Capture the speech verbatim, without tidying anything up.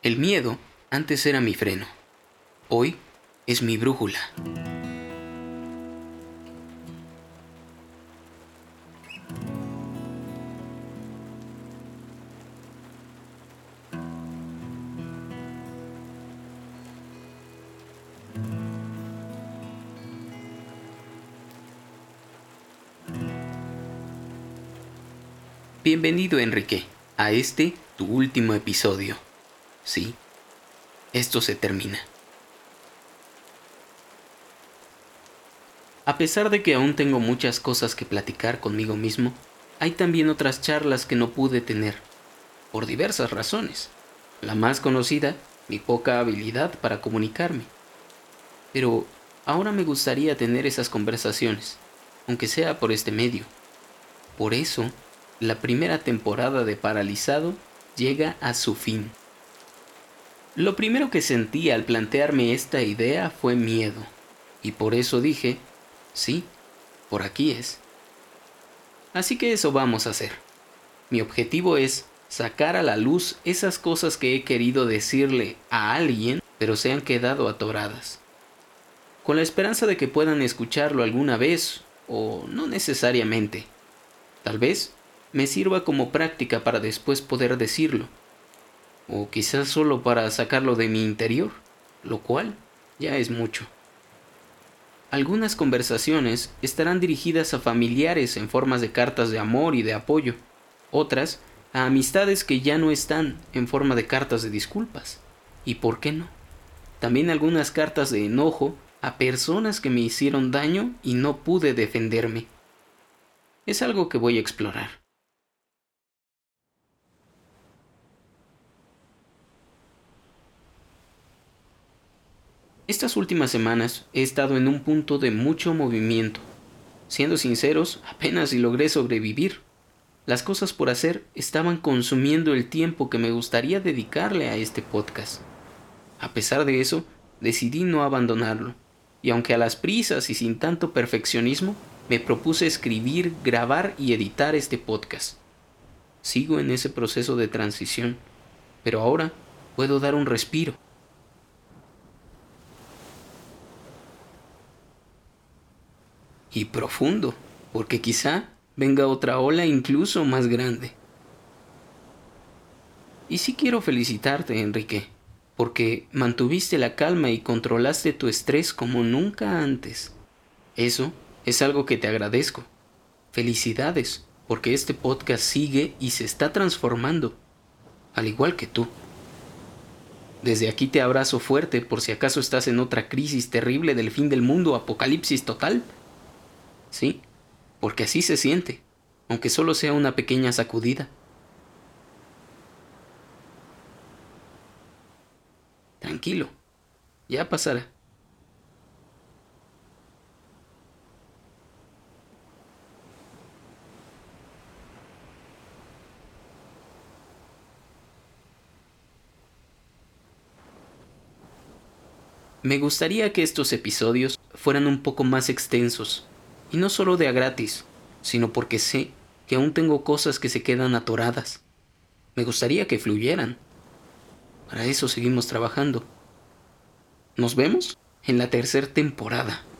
El miedo antes era mi freno, hoy es mi brújula. Bienvenido, Enrique, a este tu último episodio. Sí, esto se termina. A pesar de que aún tengo muchas cosas que platicar conmigo mismo, hay también otras charlas que no pude tener, por diversas razones. La más conocida, mi poca habilidad para comunicarme. Pero ahora me gustaría tener esas conversaciones, aunque sea por este medio. Por eso, la primera temporada de Paralizado llega a su fin. Lo primero que sentí al plantearme esta idea fue miedo, y por eso dije, sí, por aquí es. Así que eso vamos a hacer. Mi objetivo es sacar a la luz esas cosas que he querido decirle a alguien, pero se han quedado atoradas. Con la esperanza de que puedan escucharlo alguna vez, o no necesariamente. Tal vez me sirva como práctica para después poder decirlo. O quizás solo para sacarlo de mi interior, lo cual ya es mucho. Algunas conversaciones estarán dirigidas a familiares en formas de cartas de amor y de apoyo, otras a amistades que ya no están en forma de cartas de disculpas. ¿Y por qué no? También algunas cartas de enojo a personas que me hicieron daño y no pude defenderme. Es algo que voy a explorar. Estas últimas semanas he estado en un punto de mucho movimiento. Siendo sinceros, apenas si logré sobrevivir. Las cosas por hacer estaban consumiendo el tiempo que me gustaría dedicarle a este podcast. A pesar de eso, decidí no abandonarlo. Y aunque a las prisas y sin tanto perfeccionismo, me propuse escribir, grabar y editar este podcast. Sigo en ese proceso de transición, pero ahora puedo dar un respiro. Y profundo, porque quizá venga otra ola incluso más grande. Y sí quiero felicitarte, Enrique, porque mantuviste la calma y controlaste tu estrés como nunca antes. Eso es algo que te agradezco. Felicidades, porque este podcast sigue y se está transformando, al igual que tú. Desde aquí te abrazo fuerte por si acaso estás en otra crisis terrible del fin del mundo, apocalipsis total. Sí, porque así se siente, aunque solo sea una pequeña sacudida. Tranquilo, ya pasará. Me gustaría que estos episodios fueran un poco más extensos, y no solo de a gratis, sino porque sé que aún tengo cosas que se quedan atoradas. Me gustaría que fluyeran. Para eso seguimos trabajando. Nos vemos en la tercera temporada.